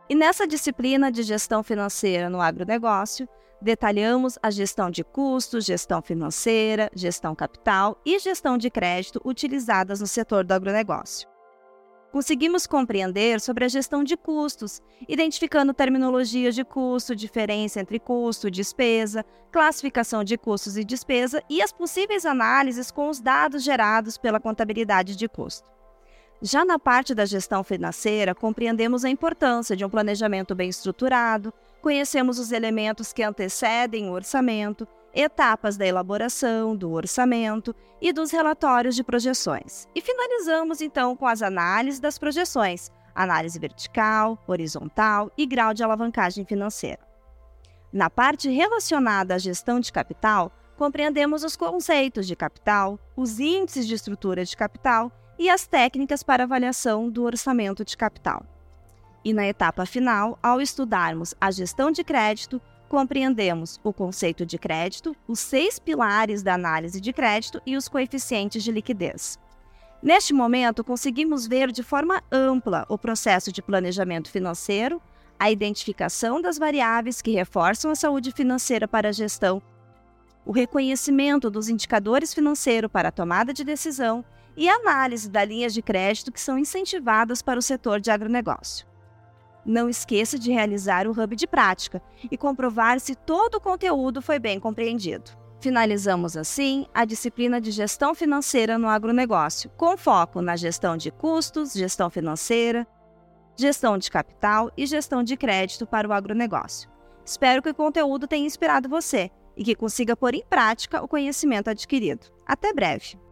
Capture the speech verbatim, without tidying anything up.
E nessa disciplina de gestão financeira no agronegócio, detalhamos a gestão de custos, gestão financeira, gestão capital e gestão de crédito utilizadas no setor do agronegócio. Conseguimos compreender sobre a gestão de custos, identificando terminologias de custo, diferença entre custo e despesa, classificação de custos e despesa e as possíveis análises com os dados gerados pela contabilidade de custo. Já na parte da gestão financeira, compreendemos a importância de um planejamento bem estruturado, conhecemos os elementos que antecedem o orçamento, etapas da elaboração, do orçamento e dos relatórios de projeções. E finalizamos, então, com as análises das projeções, análise vertical, horizontal e grau de alavancagem financeira. Na parte relacionada à gestão de capital, compreendemos os conceitos de capital, os índices de estrutura de capital e as técnicas para avaliação do orçamento de capital. E na etapa final, ao estudarmos a gestão de crédito, compreendemos o conceito de crédito, os seis pilares da análise de crédito e os coeficientes de liquidez. Neste momento, conseguimos ver de forma ampla o processo de planejamento financeiro, a identificação das variáveis que reforçam a saúde financeira para a gestão, o reconhecimento dos indicadores financeiros para a tomada de decisão e a análise das linhas de crédito que são incentivadas para o setor de agronegócio. Não esqueça de realizar o hub de prática e comprovar se todo o conteúdo foi bem compreendido. Finalizamos, assim, a disciplina de gestão financeira no agronegócio, com foco na gestão de custos, gestão financeira, gestão de capital e gestão de crédito para o agronegócio. Espero que o conteúdo tenha inspirado você e que consiga pôr em prática o conhecimento adquirido. Até breve!